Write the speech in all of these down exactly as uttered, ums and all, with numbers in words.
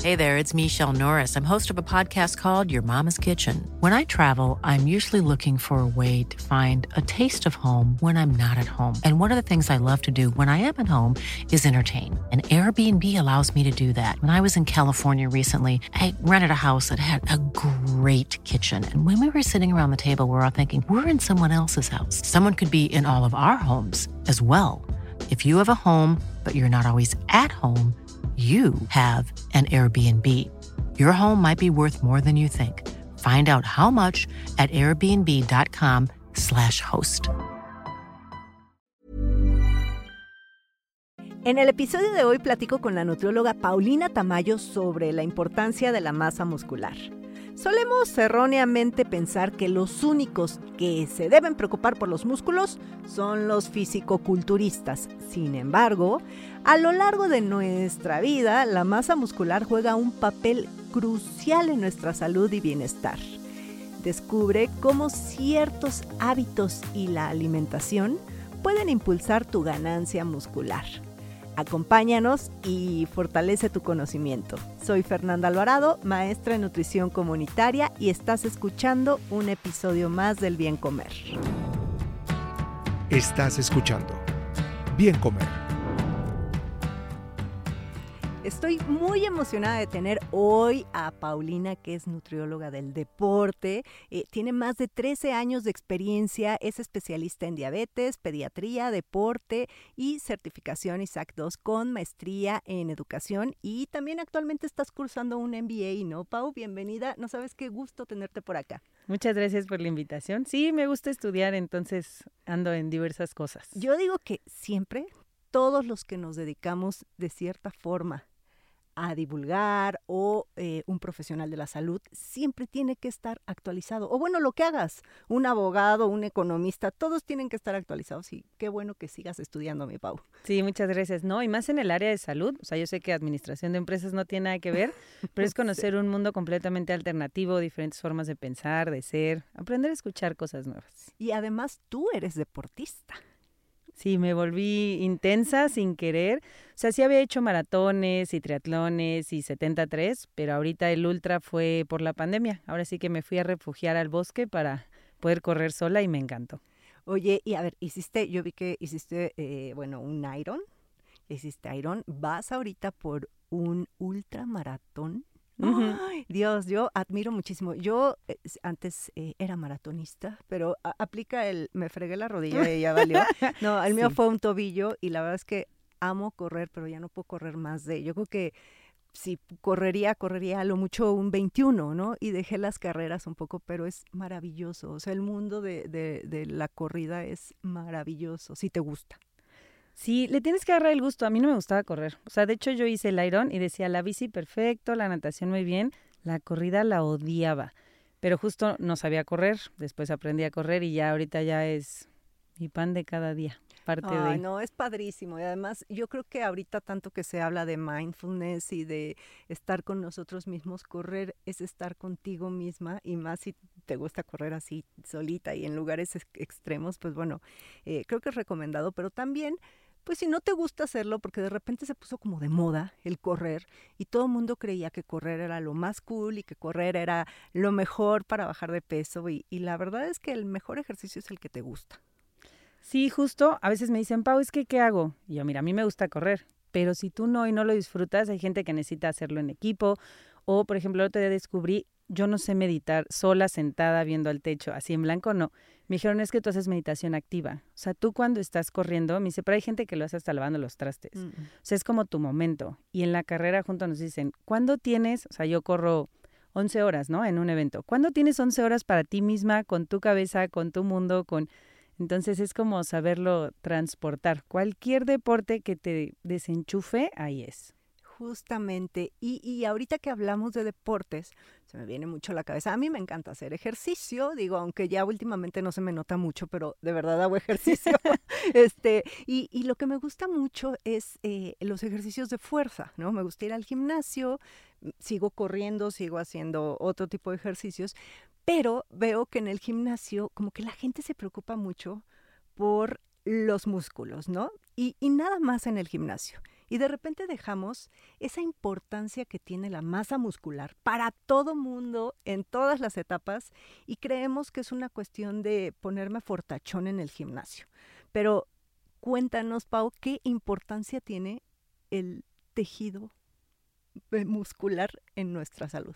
Hey there, it's Michelle Norris. I'm host of a podcast called Your Mama's Kitchen. When I travel, I'm usually looking for a way to find a taste of home when I'm not at home. And one of the things I love to do when I am at home is entertain. And Airbnb allows me to do that. When I was in California recently, I rented a house that had a great kitchen. And when we were sitting around the table, we were all thinking, we're in someone else's house. Someone could be in all of our homes as well. If you have a home, but you're not always at home, you have an Airbnb. Your home might be worth more than you think. Find out how much at airbnb.com slash host. En el episodio de hoy platico con la nutrióloga Paulina Tamayo sobre la importancia de la masa muscular. Solemos erróneamente pensar que los únicos que se deben preocupar por los músculos son los fisicoculturistas. Sin embargo, a lo largo de nuestra vida, la masa muscular juega un papel crucial en nuestra salud y bienestar. Descubre cómo ciertos hábitos y la alimentación pueden impulsar tu ganancia muscular. Acompáñanos y fortalece tu conocimiento. Soy Fernanda Alvarado, maestra en nutrición comunitaria, y estás escuchando un episodio más del Bien Comer. Estás escuchando Bien Comer. Estoy muy emocionada de tener hoy a Paulina, que es nutrióloga del deporte. Eh, tiene más de trece años de experiencia, es especialista en diabetes, pediatría, deporte y certificación I S A C dos con maestría en educación. Y también actualmente estás cursando un M B A, ¿no, Pau? Bienvenida. No sabes qué gusto tenerte por acá. Muchas gracias por la invitación. Sí, me gusta estudiar, entonces ando en diversas cosas. Yo digo que siempre todos los que nos dedicamos de cierta forma a divulgar o eh, un profesional de la salud siempre tiene que estar actualizado. O bueno, lo que hagas, un abogado, un economista, todos tienen que estar actualizados. Y qué bueno que sigas estudiando, mi Pau. Sí, muchas gracias. No, y más en el área de salud. O sea, yo sé que administración de empresas no tiene nada que ver, pero es conocer sí. un mundo completamente alternativo, diferentes formas de pensar, de ser, aprender a escuchar cosas nuevas. Y además tú eres deportista. Sí, me volví intensa sin querer. O sea, sí había hecho maratones y triatlones y setenta tres, pero ahorita el ultra fue por la pandemia. Ahora sí que me fui a refugiar al bosque para poder correr sola y me encantó. Oye, y a ver, hiciste, yo vi que hiciste, eh, bueno, un Iron, hiciste Iron. ¿Vas ahorita por un ultramaratón? Uh-huh. Ay, Dios, yo admiro muchísimo. Yo eh, antes eh, era maratonista, pero a, aplica el me fregué la rodilla y ya valió. No, el mío sí. fue un tobillo y la verdad es que amo correr, pero ya no puedo correr más de. Yo creo que si correría, correría a lo mucho un veintiuno, ¿no? Y dejé las carreras un poco, pero es maravilloso. O sea, el mundo de, de, de la corrida es maravilloso, si te gusta. Sí, le tienes que agarrar el gusto. A mí no me gustaba correr. O sea, de hecho yo hice el Iron y decía la bici perfecto, la natación muy bien, la corrida la odiaba. Pero justo no sabía correr, después aprendí a correr y ya ahorita ya es mi pan de cada día, parte Ay, de... no, es padrísimo. Y además yo creo que ahorita tanto que se habla de mindfulness y de estar con nosotros mismos, correr es estar contigo misma, y más si te gusta correr así solita y en lugares ex- extremos, pues bueno, eh, creo que es recomendado, pero también pues si no te gusta hacerlo, porque de repente se puso como de moda el correr y todo el mundo creía que correr era lo más cool y que correr era lo mejor para bajar de peso, y, y la verdad es que el mejor ejercicio es el que te gusta. Sí, justo, a veces me dicen, Pau, es que ¿qué hago? Y yo, mira, a mí me gusta correr, pero si tú no y no lo disfrutas, hay gente que necesita hacerlo en equipo. O, por ejemplo, el otro día descubrí, yo no sé meditar sola, sentada, viendo al techo, así en blanco, no. Me dijeron, es que tú haces meditación activa. O sea, tú cuando estás corriendo, me dice, pero hay gente que lo hace hasta lavando los trastes. Mm. O sea, es como tu momento. Y en la carrera junto nos dicen, ¿cuándo tienes? O sea, yo corro once horas, ¿no? En un evento. ¿Cuándo tienes once horas para ti misma, con tu cabeza, con tu mundo, con... Entonces es como saberlo transportar. Cualquier deporte que te desenchufe, ahí es. Justamente, y, y ahorita que hablamos de deportes, se me viene mucho a la cabeza. A mí me encanta hacer ejercicio, digo, aunque ya últimamente no se me nota mucho, pero de verdad hago ejercicio. este y, y lo que me gusta mucho es eh, los ejercicios de fuerza, ¿no? Me gusta ir al gimnasio, sigo corriendo, sigo haciendo otro tipo de ejercicios, pero veo que en el gimnasio como que la gente se preocupa mucho por los músculos, ¿no? Y, y nada más en el gimnasio. Y de repente dejamos esa importancia que tiene la masa muscular para todo mundo en todas las etapas y creemos que es una cuestión de ponerme fortachón en el gimnasio. Pero cuéntanos, Pau, ¿qué importancia tiene el tejido muscular en nuestra salud?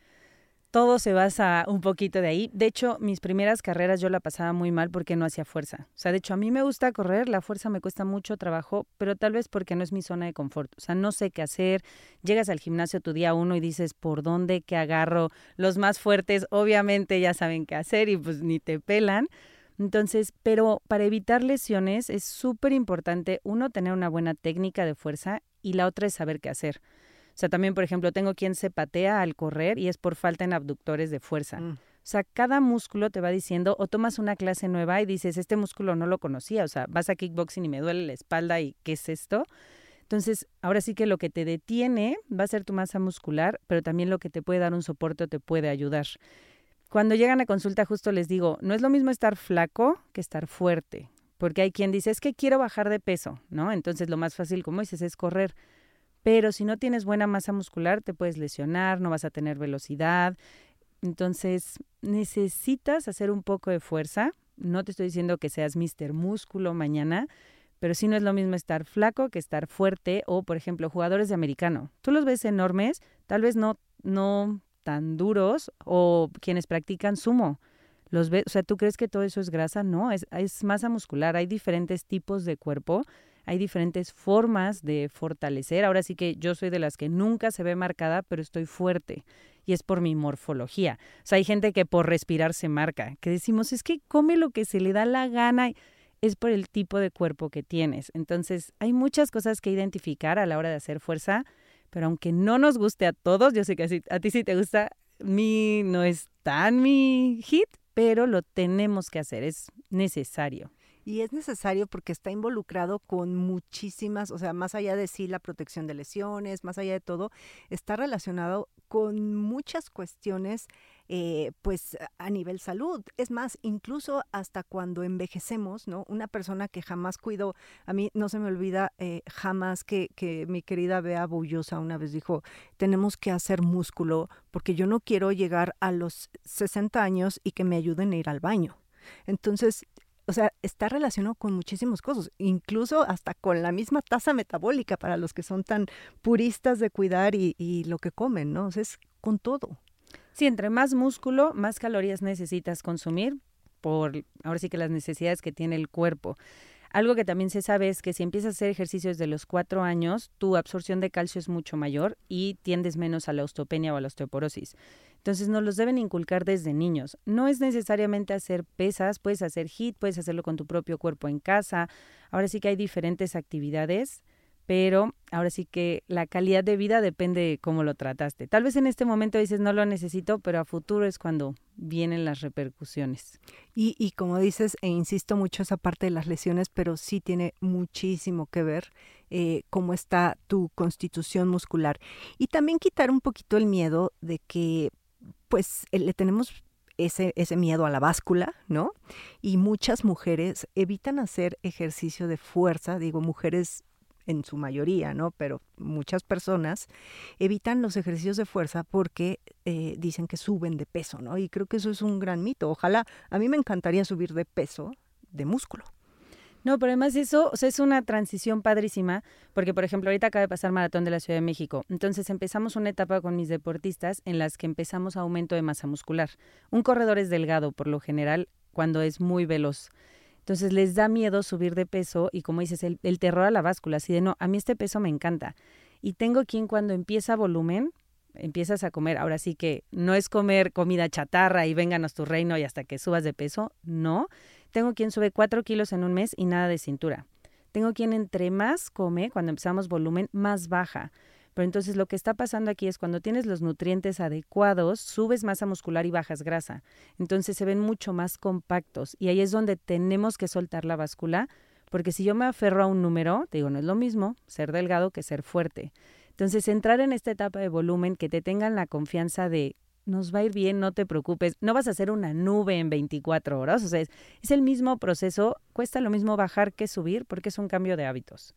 Todo se basa un poquito de ahí. De hecho, mis primeras carreras yo la pasaba muy mal porque no hacía fuerza. O sea, de hecho, a mí me gusta correr, la fuerza me cuesta mucho trabajo, pero tal vez porque no es mi zona de confort. O sea, no sé qué hacer. Llegas al gimnasio tu día uno y dices, ¿por dónde que agarro? Los más fuertes obviamente ya saben qué hacer y pues ni te pelan. Entonces, pero para evitar lesiones es súper importante, uno, tener una buena técnica de fuerza y la otra es saber qué hacer. O sea, también, por ejemplo, tengo quien se patea al correr y es por falta en abductores de fuerza. Mm. O sea, cada músculo te va diciendo, o tomas una clase nueva y dices, este músculo no lo conocía. O sea, vas a kickboxing y me duele la espalda y ¿qué es esto? Entonces, ahora sí que lo que te detiene va a ser tu masa muscular, pero también lo que te puede dar un soporte o te puede ayudar. Cuando llegan a consulta justo les digo, no es lo mismo estar flaco que estar fuerte. Porque hay quien dice, es que quiero bajar de peso, ¿no? Entonces, lo más fácil, como dices, es correr. Pero si no tienes buena masa muscular, te puedes lesionar, no vas a tener velocidad. Entonces, necesitas hacer un poco de fuerza. No te estoy diciendo que seas mister Músculo mañana, pero sí no es lo mismo estar flaco que estar fuerte. O, por ejemplo, jugadores de americano. Tú los ves enormes, tal vez no, no tan duros, o quienes practican sumo. Los ves, o sea, ¿tú crees que todo eso es grasa? No, es, es masa muscular. Hay diferentes tipos de cuerpo. Hay diferentes formas de fortalecer. Ahora sí que yo soy de las que nunca se ve marcada, pero estoy fuerte. Y es por mi morfología. O sea, hay gente que por respirar se marca. Que decimos, es que come lo que se le da la gana. Es por el tipo de cuerpo que tienes. Entonces, hay muchas cosas que identificar a la hora de hacer fuerza. Pero aunque no nos guste a todos, yo sé que a, a ti sí te gusta, a mí no es tan mi hit, pero lo tenemos que hacer. Es necesario. Y es necesario porque está involucrado con muchísimas, o sea, más allá de sí la protección de lesiones, más allá de todo, está relacionado con muchas cuestiones, eh, pues a nivel salud. Es más, incluso hasta cuando envejecemos, ¿no? Una persona que jamás cuidó, a mí no se me olvida eh, jamás que, que mi querida Bea Bullosa una vez dijo, tenemos que hacer músculo porque yo no quiero llegar a los sesenta años y que me ayuden a ir al baño. Entonces, o sea, está relacionado con muchísimas cosas, incluso hasta con la misma tasa metabólica para los que son tan puristas de cuidar y, y lo que comen, ¿no? O sea, es con todo. Sí, entre más músculo, más calorías necesitas consumir por, ahora sí que las necesidades que tiene el cuerpo. Algo que también se sabe es que si empiezas a hacer ejercicio desde los cuatro años, tu absorción de calcio es mucho mayor y tiendes menos a la osteopenia o a la osteoporosis. Entonces nos los deben inculcar desde niños. No es necesariamente hacer pesas, puedes hacer HIIT, puedes hacerlo con tu propio cuerpo en casa. Ahora sí que hay diferentes actividades, pero ahora sí que la calidad de vida depende de cómo lo trataste. Tal vez en este momento dices no lo necesito, pero a futuro es cuando vienen las repercusiones. Y, y como dices, e insisto mucho esa parte de las lesiones, pero sí tiene muchísimo que ver eh, cómo está tu constitución muscular. Y también quitar un poquito el miedo de que pues le tenemos ese, ese miedo a la báscula, ¿no? Y muchas mujeres evitan hacer ejercicio de fuerza, digo mujeres en su mayoría, ¿no? Pero muchas personas evitan los ejercicios de fuerza porque eh, dicen que suben de peso, ¿no? Y creo que eso es un gran mito. Ojalá, a mí me encantaría subir de peso de músculo. No, pero además eso, o sea, es una transición padrísima, porque por ejemplo ahorita acaba de pasar Maratón de la Ciudad de México, entonces empezamos una etapa con mis deportistas en las que empezamos aumento de masa muscular. Un corredor es delgado por lo general cuando es muy veloz, entonces les da miedo subir de peso y como dices, el, el terror a la báscula, así de no, a mí este peso me encanta. Y tengo quien cuando empieza volumen, empiezas a comer, ahora sí que no es comer comida chatarra y vénganos tu reino y hasta que subas de peso, no. Tengo quien sube cuatro kilos en un mes y nada de cintura. Tengo quien entre más come, cuando empezamos volumen, más baja. Pero entonces lo que está pasando aquí es cuando tienes los nutrientes adecuados, subes masa muscular y bajas grasa. Entonces se ven mucho más compactos y ahí es donde tenemos que soltar la báscula, porque si yo me aferro a un número, te digo, no es lo mismo ser delgado que ser fuerte. Entonces entrar en esta etapa de volumen, que te tengan la confianza de nos va a ir bien, no te preocupes, no vas a hacer una nube en veinticuatro horas, o sea, es, es el mismo proceso, cuesta lo mismo bajar que subir porque es un cambio de hábitos.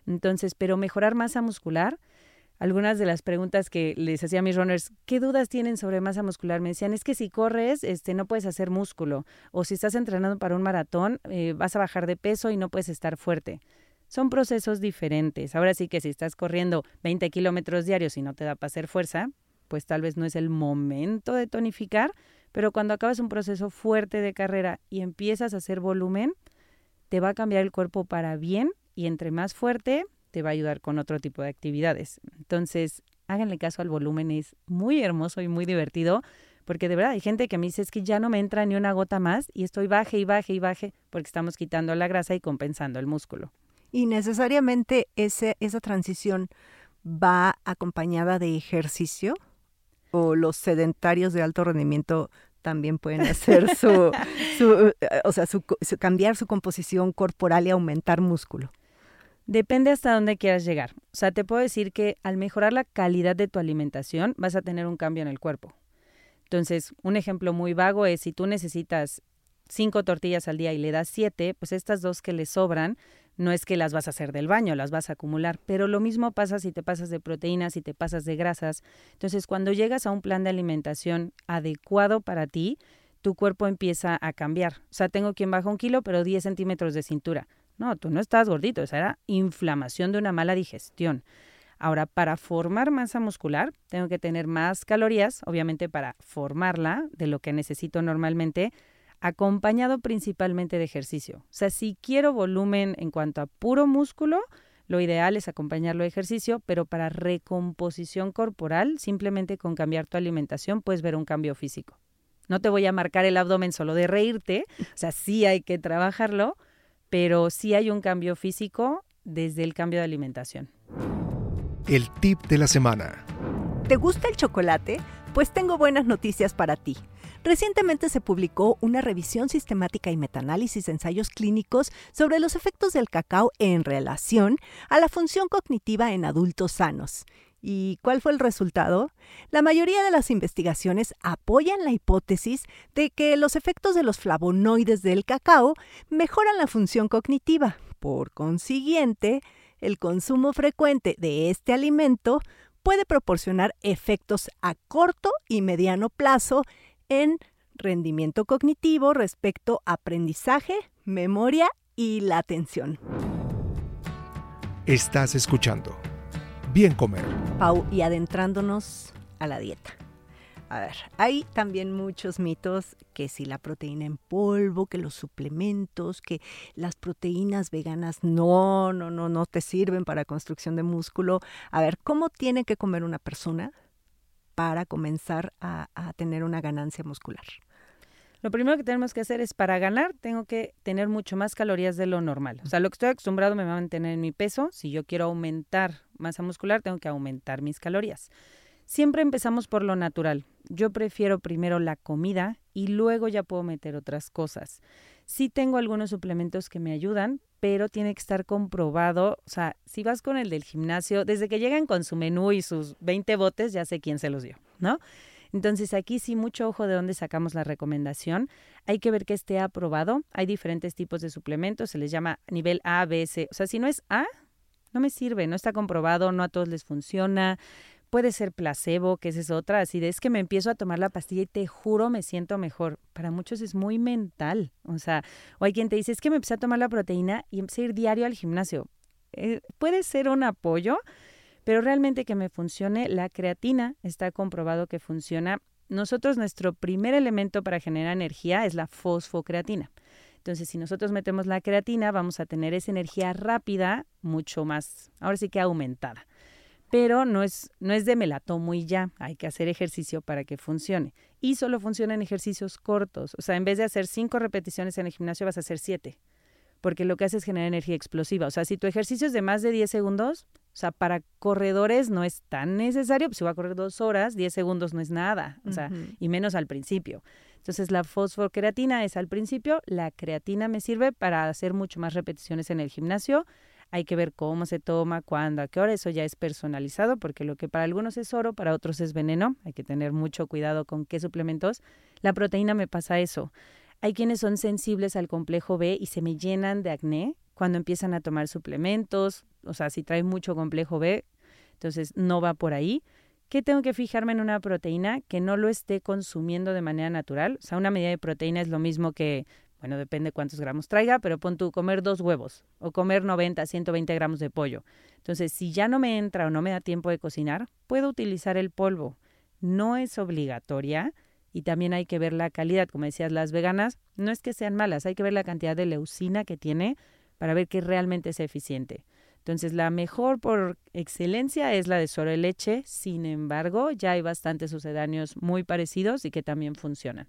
Entonces, pero mejorar masa muscular, algunas de las preguntas que les hacía a mis runners, ¿qué dudas tienen sobre masa muscular? Me decían, es que si corres, este, no puedes hacer músculo, o si estás entrenando para un maratón, eh, vas a bajar de peso y no puedes estar fuerte. Son procesos diferentes. Ahora sí que si estás corriendo veinte kilómetros diarios y no te da para hacer fuerza, pues tal vez no es el momento de tonificar, pero cuando acabas un proceso fuerte de carrera y empiezas a hacer volumen, te va a cambiar el cuerpo para bien y entre más fuerte te va a ayudar con otro tipo de actividades. Entonces, háganle caso al volumen, es muy hermoso y muy divertido, porque de verdad hay gente que me dice, es que ya no me entra ni una gota más y estoy baje y baje y baje porque estamos quitando la grasa y compensando el músculo. Y necesariamente ese, esa transición va acompañada de ejercicio, o los sedentarios de alto rendimiento también pueden hacer su, su o sea, su, su, cambiar su composición corporal y aumentar músculo. Depende hasta dónde quieras llegar. O sea, te puedo decir que al mejorar la calidad de tu alimentación vas a tener un cambio en el cuerpo. Entonces, un ejemplo muy vago es si tú necesitas cinco tortillas al día y le das siete, pues estas dos que le sobran, no es que las vas a hacer del baño, las vas a acumular. Pero lo mismo pasa si te pasas de proteínas, si te pasas de grasas. Entonces, cuando llegas a un plan de alimentación adecuado para ti, tu cuerpo empieza a cambiar. O sea, tengo quien baja un kilo, pero diez centímetros de cintura. No, tú no estás gordito, esa era inflamación de una mala digestión. Ahora, para formar masa muscular, tengo que tener más calorías, obviamente para formarla de lo que necesito normalmente, acompañado principalmente de ejercicio. O sea, si quiero volumen en cuanto a puro músculo, lo ideal es acompañarlo de ejercicio, pero para recomposición corporal, simplemente con cambiar tu alimentación puedes ver un cambio físico. No te voy a marcar el abdomen solo de reírte, o sea, sí hay que trabajarlo, pero sí hay un cambio físico desde el cambio de alimentación. El tip de la semana. ¿Te gusta el chocolate? Pues tengo buenas noticias para ti. Recientemente se publicó una revisión sistemática y metaanálisis de ensayos clínicos sobre los efectos del cacao en relación a la función cognitiva en adultos sanos. ¿Y cuál fue el resultado? La mayoría de las investigaciones apoyan la hipótesis de que los efectos de los flavonoides del cacao mejoran la función cognitiva. Por consiguiente, el consumo frecuente de este alimento puede proporcionar efectos a corto y mediano plazo en rendimiento cognitivo respecto a aprendizaje, memoria y la atención. Estás escuchando Bien Comer. Pau, y adentrándonos a la dieta. A ver, hay también muchos mitos, que si la proteína en polvo, que los suplementos, que las proteínas veganas no, no, no, no te sirven para construcción de músculo. A ver, ¿cómo tiene que comer una persona para comenzar a, a tener una ganancia muscular? Lo primero que tenemos que hacer es, para ganar, tengo que tener mucho más calorías de lo normal. O sea, lo que estoy acostumbrado me va a mantener en mi peso. Si yo quiero aumentar masa muscular, tengo que aumentar mis calorías. Siempre empezamos por lo natural. Yo prefiero primero la comida y luego ya puedo meter otras cosas. Sí tengo algunos suplementos que me ayudan, pero tiene que estar comprobado. O sea, si vas con el del gimnasio, desde que llegan con su menú y sus veinte botes, ya sé quién se los dio, ¿no? Entonces, aquí sí, mucho ojo de dónde sacamos la recomendación. Hay que ver que esté aprobado. Hay diferentes tipos de suplementos, se les llama nivel A, B, C. O sea, si no es A, no me sirve, no está comprobado, no a todos les funciona. Puede ser placebo, que esa es otra, así de es que me empiezo a tomar la pastilla y te juro me siento mejor. Para muchos es muy mental. O sea, o hay quien te dice, es que me empecé a tomar la proteína y empecé a ir diario al gimnasio. Eh, puede ser un apoyo, pero realmente que me funcione. La creatina está comprobado que funciona. Nosotros, nuestro primer elemento para generar energía es la fosfocreatina. Entonces, si nosotros metemos la creatina, vamos a tener esa energía rápida, mucho más, ahora sí que aumentada. Pero no es, no es de me la tomo y ya, hay que hacer ejercicio para que funcione. Y solo funciona en ejercicios cortos. O sea, en vez de hacer cinco repeticiones en el gimnasio, vas a hacer siete. Porque lo que hace es generar energía explosiva. O sea, si tu ejercicio es de más de diez segundos, o sea, para corredores no es tan necesario. Pues si voy a correr dos horas, diez segundos no es nada. O sea, uh-huh. Y menos al principio. Entonces, la fosfocreatina es al principio. La creatina me sirve para hacer mucho más repeticiones en el gimnasio. Hay que ver cómo se toma, cuándo, a qué hora. Eso ya es personalizado, porque lo que para algunos es oro, para otros es veneno. Hay que tener mucho cuidado con qué suplementos. La proteína me pasa eso. Hay quienes son sensibles al complejo B y se me llenan de acné cuando empiezan a tomar suplementos, o sea, si trae mucho complejo B, entonces no va por ahí. ¿Qué tengo que fijarme en una proteína? Que no lo esté consumiendo de manera natural. O sea, una medida de proteína es lo mismo que, bueno, depende cuántos gramos traiga, pero pon tú comer dos huevos o comer noventa, ciento veinte gramos de pollo. Entonces, si ya no me entra o no me da tiempo de cocinar, puedo utilizar el polvo. No es obligatoria y también hay que ver la calidad. Como decías, las veganas no es que sean malas, hay que ver la cantidad de leucina que tiene para ver que realmente sea eficiente. Entonces, la mejor por excelencia es la de suero de leche. Sin embargo, ya hay bastantes sucedáneos muy parecidos y que también funcionan.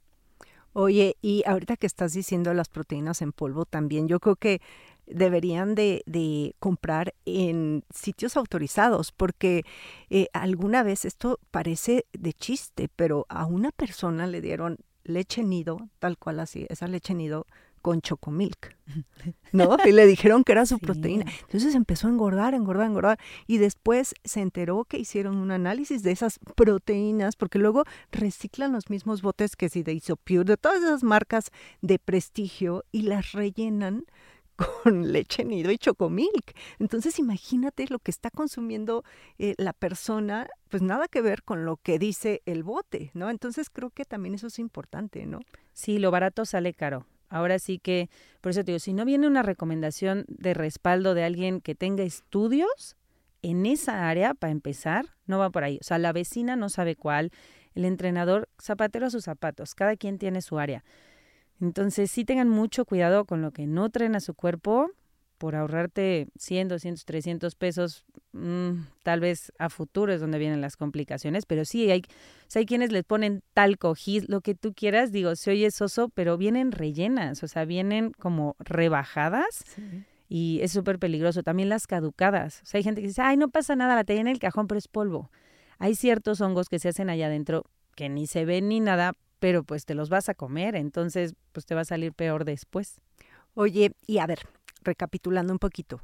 Oye, y ahorita que estás diciendo las proteínas en polvo también, yo creo que deberían de, de comprar en sitios autorizados, porque eh, alguna vez, esto parece de chiste, pero a una persona le dieron leche nido, tal cual así, esa leche nido, con Chocomilk, ¿no? Y le dijeron que era su sí. proteína. Entonces empezó a engordar, engordar, engordar. Y después se enteró que hicieron un análisis de esas proteínas, porque luego reciclan los mismos botes que si de Isopure, de todas esas marcas de prestigio, y las rellenan con leche nido y Chocomilk. Entonces imagínate lo que está consumiendo eh, la persona, pues nada que ver con lo que dice el bote, ¿no? Entonces creo que también eso es importante, ¿no? Sí, lo barato sale caro. Ahora sí que, por eso te digo, si no viene una recomendación de respaldo de alguien que tenga estudios en esa área, para empezar, no va por ahí. O sea, la vecina no sabe cuál, el entrenador, zapatero a sus zapatos, cada quien tiene su área. Entonces, sí tengan mucho cuidado con lo que nutren a su cuerpo por ahorrarte cien, doscientos, trescientos pesos, mmm, tal vez a futuro es donde vienen las complicaciones, pero sí, hay, o sea, hay quienes les ponen talco, gis, lo que tú quieras, digo, se oye soso, pero vienen rellenas, o sea, vienen como rebajadas sí. Y es súper peligroso. También las caducadas, o sea, hay gente que dice, ay, no pasa nada, la tenía en el cajón, pero es polvo. Hay ciertos hongos que se hacen allá adentro que ni se ven ni nada, pero pues te los vas a comer, entonces pues te va a salir peor después. Oye, y a ver, recapitulando un poquito,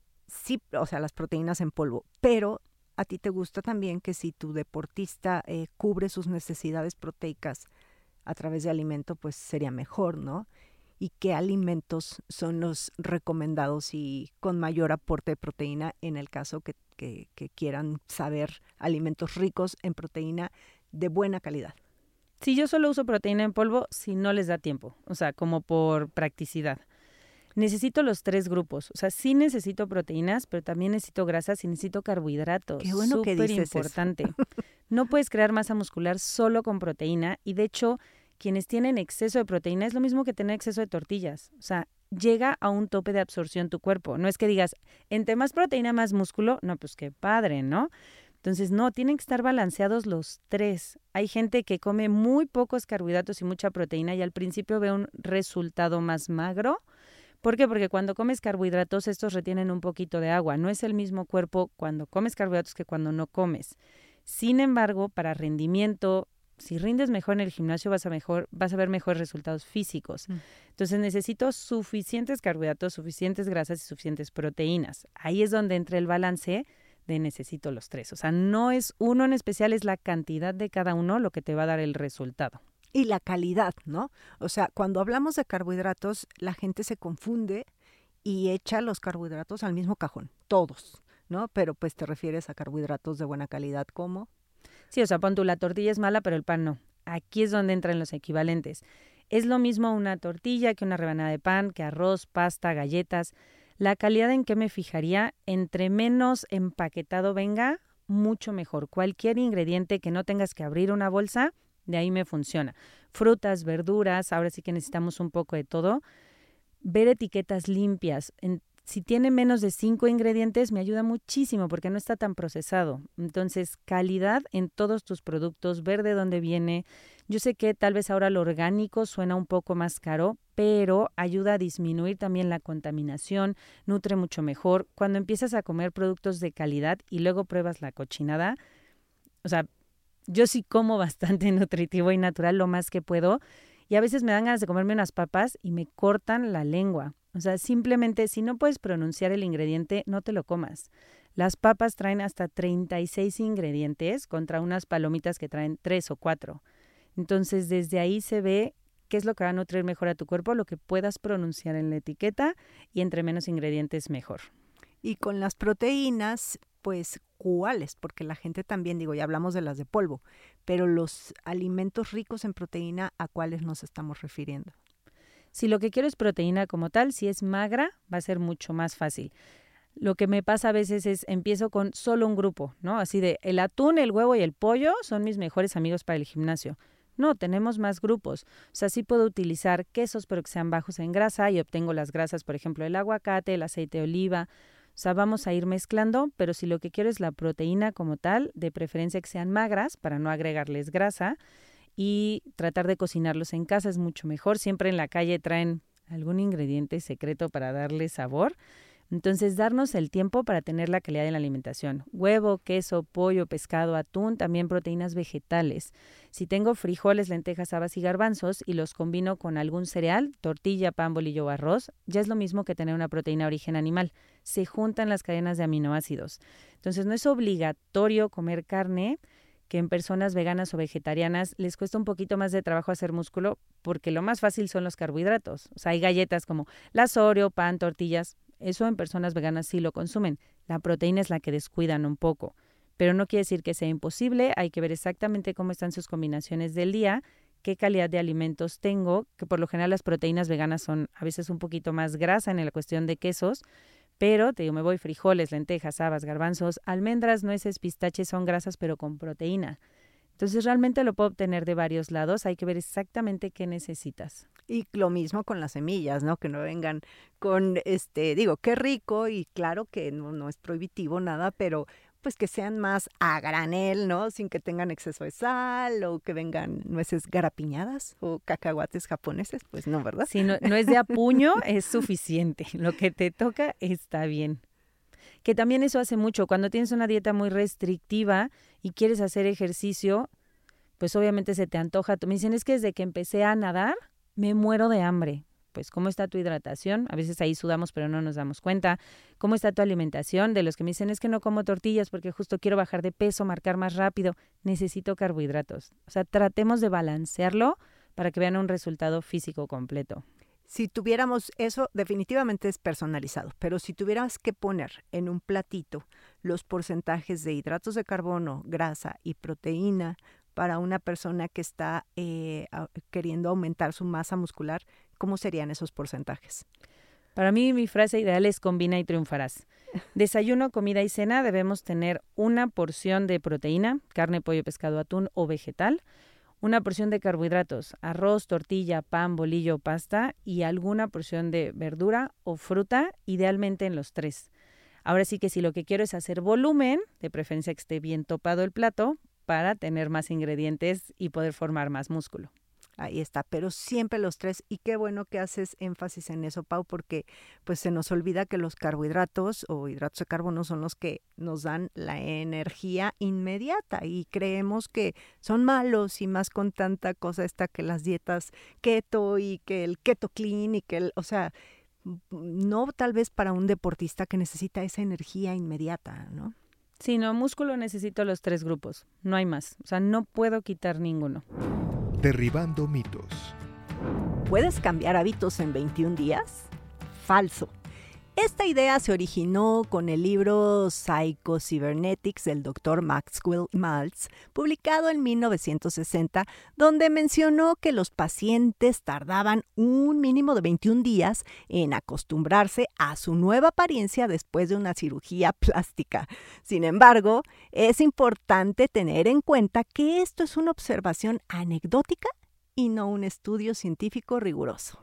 sí, o sea, las proteínas en polvo, pero a ti te gusta también que si tu deportista eh, cubre sus necesidades proteicas a través de alimento, pues sería mejor, ¿no? ¿Y qué alimentos son los recomendados y con mayor aporte de proteína en el caso que, que, que quieran saber alimentos ricos en proteína de buena calidad? Sí, yo solo uso proteína en polvo si no les da tiempo, o sea, como por practicidad. Necesito los tres grupos, o sea, sí necesito proteínas, pero también necesito grasas y necesito carbohidratos. Qué bueno que dices eso. Súper importante. No puedes crear masa muscular solo con proteína y de hecho, quienes tienen exceso de proteína es lo mismo que tener exceso de tortillas. O sea, llega a un tope de absorción tu cuerpo. No es que digas, entre más proteína, más músculo. No, pues qué padre, ¿no? Entonces, no, tienen que estar balanceados los tres. Hay gente que come muy pocos carbohidratos y mucha proteína y al principio ve un resultado más magro. ¿Por qué? Porque cuando comes carbohidratos, estos retienen un poquito de agua. No es el mismo cuerpo cuando comes carbohidratos que cuando no comes. Sin embargo, para rendimiento, si rindes mejor en el gimnasio, vas a, mejor, vas a ver mejores resultados físicos. Mm. Entonces, necesito suficientes carbohidratos, suficientes grasas y suficientes proteínas. Ahí es donde entra el balance de necesito los tres. O sea, no es uno en especial, es la cantidad de cada uno lo que te va a dar el resultado. Y la calidad, ¿no? O sea, cuando hablamos de carbohidratos, la gente se confunde y echa los carbohidratos al mismo cajón, todos, ¿no? Pero pues te refieres a carbohidratos de buena calidad, ¿cómo? Sí, o sea, pon tú, la tortilla es mala, pero el pan no. Aquí es donde entran los equivalentes. Es lo mismo una tortilla que una rebanada de pan, que arroz, pasta, galletas. La calidad en que me fijaría, entre menos empaquetado venga, mucho mejor. Cualquier ingrediente que no tengas que abrir una bolsa, de ahí me funciona. Frutas, verduras, ahora sí que necesitamos un poco de todo. Ver etiquetas limpias. En, si tiene menos de cinco ingredientes, me ayuda muchísimo porque no está tan procesado. Entonces, calidad en todos tus productos, ver de dónde viene. Yo sé que tal vez ahora lo orgánico suena un poco más caro, pero ayuda a disminuir también la contaminación, nutre mucho mejor. Cuando empiezas a comer productos de calidad y luego pruebas la cochinada, o sea, yo sí como bastante nutritivo y natural lo más que puedo y a veces me dan ganas de comerme unas papas y me cortan la lengua. O sea, simplemente si no puedes pronunciar el ingrediente, no te lo comas. Las papas traen hasta treinta y seis ingredientes contra unas palomitas que traen tres o cuatro. Entonces, desde ahí se ve qué es lo que va a nutrir mejor a tu cuerpo, lo que puedas pronunciar en la etiqueta y entre menos ingredientes mejor. Y con las proteínas, pues, ¿cuáles? Porque la gente también, digo, ya hablamos de las de polvo, pero los alimentos ricos en proteína, ¿a cuáles nos estamos refiriendo? Si lo que quiero es proteína como tal, si es magra, va a ser mucho más fácil. Lo que me pasa a veces es, empiezo con solo un grupo, ¿no? Así de, el atún, el huevo y el pollo son mis mejores amigos para el gimnasio. No, tenemos más grupos. O sea, sí puedo utilizar quesos, pero que sean bajos en grasa y obtengo las grasas, por ejemplo, el aguacate, el aceite de oliva. O sea, vamos a ir mezclando, pero si lo que quiero es la proteína como tal, de preferencia que sean magras para no agregarles grasa y tratar de cocinarlos en casa es mucho mejor. Siempre en la calle traen algún ingrediente secreto para darle sabor. Entonces, darnos el tiempo para tener la calidad de la alimentación. Huevo, queso, pollo, pescado, atún, también proteínas vegetales. Si tengo frijoles, lentejas, habas y garbanzos y los combino con algún cereal, tortilla, pan, bolillo o arroz, ya es lo mismo que tener una proteína de origen animal. Se juntan las cadenas de aminoácidos. Entonces, no es obligatorio comer carne, que en personas veganas o vegetarianas les cuesta un poquito más de trabajo hacer músculo porque lo más fácil son los carbohidratos. O sea, hay galletas como las Oreo, pan, tortillas. Eso en personas veganas sí lo consumen. La proteína es la que descuidan un poco. Pero no quiere decir que sea imposible. Hay que ver exactamente cómo están sus combinaciones del día, qué calidad de alimentos tengo, que por lo general las proteínas veganas son a veces un poquito más grasa en la cuestión de quesos, pero te digo, me voy frijoles, lentejas, habas, garbanzos, almendras, nueces, pistaches son grasas pero con proteína. Entonces realmente lo puedo obtener de varios lados, hay que ver exactamente qué necesitas. Y lo mismo con las semillas, ¿no? Que no vengan con, este, digo, qué rico y claro que no, no es prohibitivo nada, pero pues que sean más a granel, ¿no? Sin que tengan exceso de sal o que vengan nueces garapiñadas o cacahuates japoneses, pues no, ¿verdad? Si no, no es de a puño, es suficiente. Lo que te toca está bien. Que también eso hace mucho. Cuando tienes una dieta muy restrictiva y quieres hacer ejercicio, pues obviamente se te antoja. Me dicen, es que desde que empecé a nadar, me muero de hambre. Pues, ¿cómo está tu hidratación? A veces ahí sudamos, pero no nos damos cuenta. ¿Cómo está tu alimentación? De los que me dicen, es que no como tortillas porque justo quiero bajar de peso, marcar más rápido. Necesito carbohidratos. O sea, tratemos de balancearlo para que vean un resultado físico completo. Si tuviéramos eso, definitivamente es personalizado, pero si tuvieras que poner en un platito los porcentajes de hidratos de carbono, grasa y proteína para una persona que está eh, queriendo aumentar su masa muscular, ¿cómo serían esos porcentajes? Para mí, mi frase ideal es combina y triunfarás. Desayuno, comida y cena debemos tener una porción de proteína, carne, pollo, pescado, atún o vegetal, una porción de carbohidratos, arroz, tortilla, pan, bolillo, pasta y alguna porción de verdura o fruta, idealmente en los tres. Ahora sí que si lo que quiero es hacer volumen, de preferencia que esté bien topado el plato, para tener más ingredientes y poder formar más músculo. Ahí está, pero siempre los tres. Y qué bueno que haces énfasis en eso, Pau, porque pues se nos olvida que los carbohidratos o hidratos de carbono son los que nos dan la energía inmediata y creemos que son malos y más con tanta cosa esta que las dietas keto y que el keto clean y que el, o sea, no tal vez para un deportista que necesita esa energía inmediata, ¿no? Sí, no, músculo necesito los tres grupos, no hay más, o sea, no puedo quitar ninguno. Derribando mitos. ¿Puedes cambiar hábitos en veintiún días? Falso. Esta idea se originó con el libro Psycho-Cybernetics del doctor Maxwell Maltz, publicado en mil novecientos sesenta, donde mencionó que los pacientes tardaban un mínimo de veintiún días en acostumbrarse a su nueva apariencia después de una cirugía plástica. Sin embargo, es importante tener en cuenta que esto es una observación anecdótica y no un estudio científico riguroso.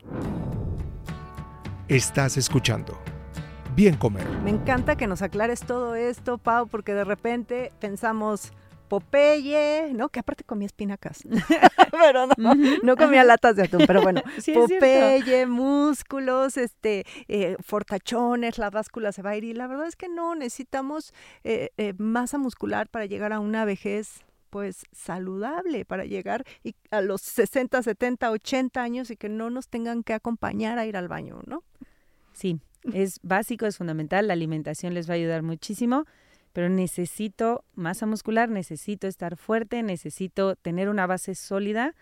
Estás escuchando Bien Comer. Me encanta que nos aclares todo esto, Pau, porque de repente pensamos Popeye, ¿no? Que aparte comía espinacas, pero no, uh-huh, no comía uh-huh. latas de atún, pero bueno, sí, Popeye, músculos, este, eh, fortachones, la báscula se va a ir y la verdad es que no, necesitamos eh, eh, masa muscular para llegar a una vejez pues saludable, para llegar y a los sesenta, setenta, ochenta años y que no nos tengan que acompañar a ir al baño, ¿no? Sí. Es básico, es fundamental, la alimentación les va a ayudar muchísimo, pero necesito masa muscular, necesito estar fuerte, necesito tener una base sólida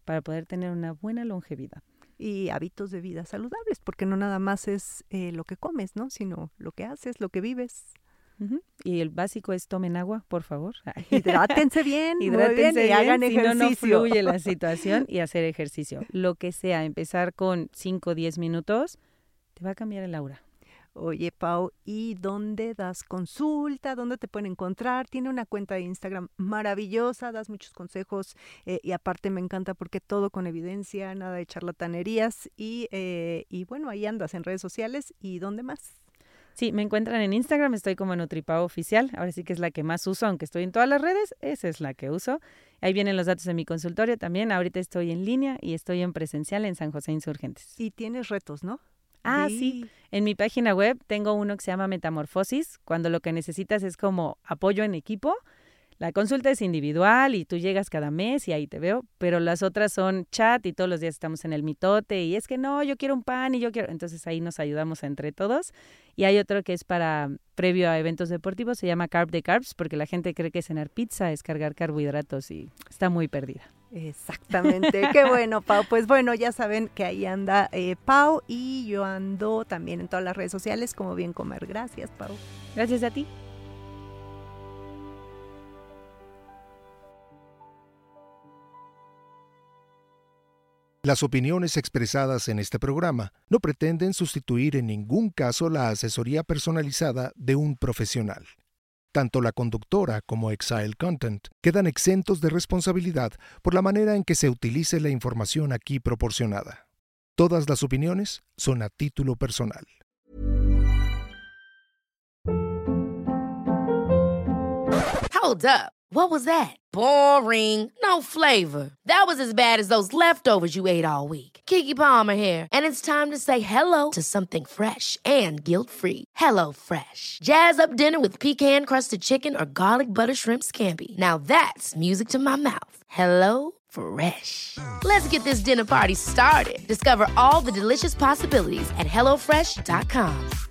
para poder tener una buena longevidad. Y hábitos de vida saludables, porque no nada más es eh, lo que comes, ¿no? Sino lo que haces, lo que vives. Uh-huh. Y el básico es tomen agua, por favor. Hidrátense bien, Hidrátense muy bien, bien, y hagan si ejercicio. no, no fluye la situación y hacer ejercicio. Lo que sea, empezar con cinco o diez minutos, te va a cambiar el aura. Oye, Pau, ¿y dónde das consulta? ¿Dónde te pueden encontrar? Tiene una cuenta de Instagram maravillosa, das muchos consejos eh, y aparte me encanta porque todo con evidencia, nada de charlatanerías y, eh, y bueno, ahí andas en redes sociales. ¿Y dónde más? Sí, me encuentran en Instagram, estoy como NutriPau Oficial, ahora sí que es la que más uso, aunque estoy en todas las redes, esa es la que uso. Ahí vienen los datos de mi consultorio también, ahorita estoy en línea y estoy en presencial en San José Insurgentes. Y tienes retos, ¿no? Ah, sí. sí. En mi página web tengo uno que se llama Metamorfosis, cuando lo que necesitas es como apoyo en equipo. La consulta es individual y tú llegas cada mes y ahí te veo, pero las otras son chat y todos los días estamos en el mitote y es que no, yo quiero un pan y yo quiero... Entonces ahí nos ayudamos entre todos. Y hay otro que es para previo a eventos deportivos, se llama Carb de Carbs, porque la gente cree que cenar pizza es cargar carbohidratos y está muy perdida. Exactamente, qué bueno, Pau. Pues bueno, ya saben que ahí anda eh, Pau y yo ando también en todas las redes sociales como Bien Comer. Gracias, Pau. Gracias a ti. Las opiniones expresadas en este programa no pretenden sustituir en ningún caso la asesoría personalizada de un profesional. Tanto la conductora como Exile Content quedan exentos de responsabilidad por la manera en que se utilice la información aquí proporcionada. Todas las opiniones son a título personal. Hold up. What was that? Boring. No flavor. That was as bad as those leftovers you ate all week. Keke Palmer here, and it's time to say hello to something fresh and guilt-free. Hello Fresh. Jazz up dinner with pecan-crusted chicken or garlic butter shrimp scampi. Now that's music to my mouth. Hello Fresh. Let's get this dinner party started. Discover all the delicious possibilities at hello fresh dot com.